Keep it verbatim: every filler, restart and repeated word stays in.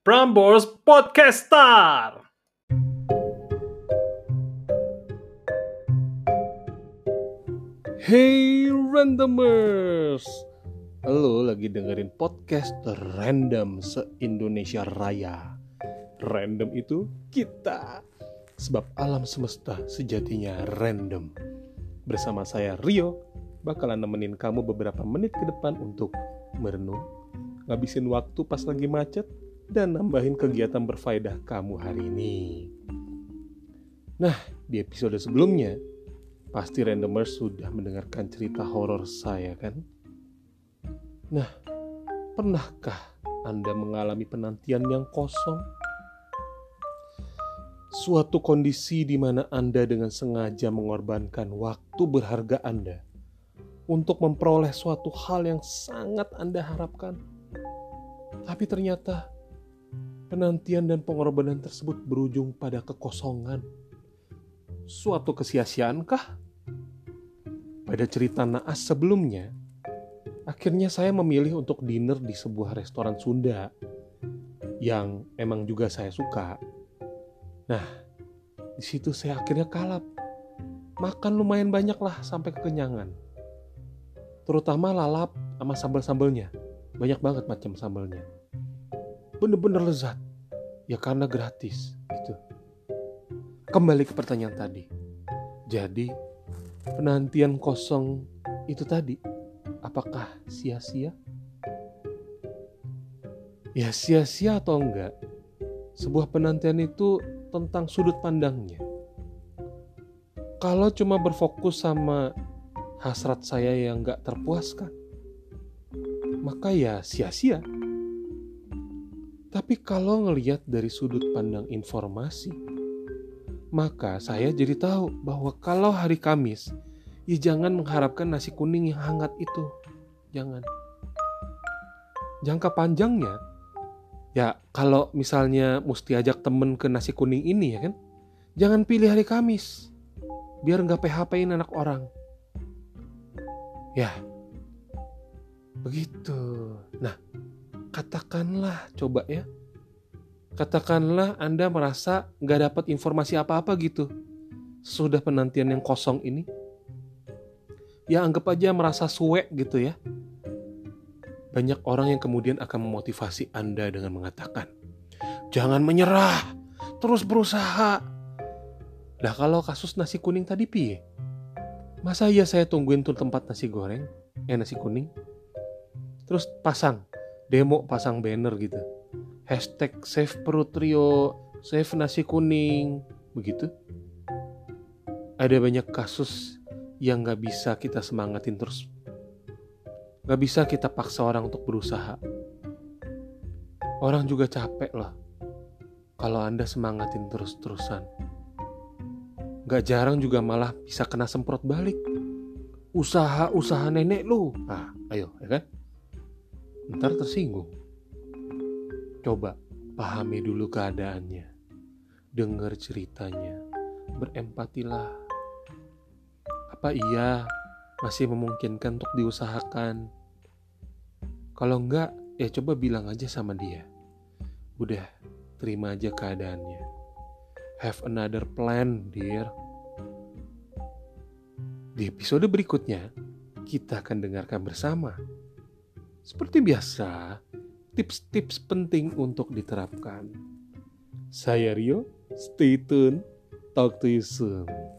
Prambors Podcaster. Hey randomers, lo lagi dengerin podcast random se-Indonesia Raya. Random itu kita, sebab alam semesta sejatinya random. Bersama saya Rio, bakalan nemenin kamu beberapa menit ke depan untuk merenung, ngabisin waktu pas lagi macet, dan nambahin kegiatan berfaedah kamu hari ini. Nah, di episode sebelumnya pasti randomers sudah mendengarkan cerita horor saya kan? Nah, pernahkah Anda mengalami penantian yang kosong? Suatu kondisi di mana Anda dengan sengaja mengorbankan waktu berharga Anda untuk memperoleh suatu hal yang sangat Anda harapkan. Tapi ternyata penantian dan pengorbanan tersebut berujung pada kekosongan. Suatu kesia-siaankah? Pada cerita naas sebelumnya, akhirnya saya memilih untuk dinner di sebuah restoran Sunda yang emang juga saya suka. Nah, di situ saya akhirnya kalap. Makan lumayan banyak lah sampai kekenyangan. Terutama lalap sama sambal-sambalnya. Banyak banget macam sambalnya. Bener-bener lezat. Ya karena gratis gitu. Kembali ke pertanyaan tadi. Jadi, penantian kosong itu tadi, apakah sia-sia? Ya sia-sia atau enggak, sebuah penantian itu tentang sudut pandangnya. Kalau cuma berfokus sama hasrat saya yang enggak terpuaskan, maka ya sia-sia. Tapi kalau ngelihat dari sudut pandang informasi, maka saya jadi tahu bahwa kalau hari Kamis, ya jangan mengharapkan nasi kuning yang hangat itu. Jangan. Jangka panjangnya, ya kalau misalnya mesti ajak temen ke nasi kuning ini ya kan, jangan pilih hari Kamis. Biar gak P H P-in anak orang. Ya, begitu. Nah, katakanlah coba ya. Katakanlah Anda merasa gak dapat informasi apa-apa gitu sesudah penantian yang kosong ini. Ya anggap aja merasa suwe gitu ya. Banyak orang yang kemudian akan memotivasi Anda dengan mengatakan, jangan menyerah, terus berusaha. Nah kalau kasus nasi kuning tadi piye? Masa iya saya tungguin tuh tempat nasi goreng, eh nasi kuning, terus pasang demo, pasang banner gitu. Hashtag save perut Rio, save nasi kuning, begitu. Ada banyak kasus yang gak bisa kita semangatin terus. Gak bisa kita paksa orang untuk berusaha. Orang juga capek loh kalau Anda semangatin terus-terusan. Gak jarang juga malah bisa kena semprot balik. Usaha-usaha nenek lu. Ah, ayo ya kan? Ntar tersinggung. Coba pahami dulu keadaannya, dengar ceritanya, berempatilah. Apa iya masih memungkinkan untuk diusahakan? Kalau enggak, ya coba bilang aja sama dia. Udah, terima aja keadaannya. Have another plan, dear. Di episode berikutnya, kita akan dengarkan bersama. Seperti biasa, tips-tips penting untuk diterapkan. Saya Rio, stay tune, talk to you soon.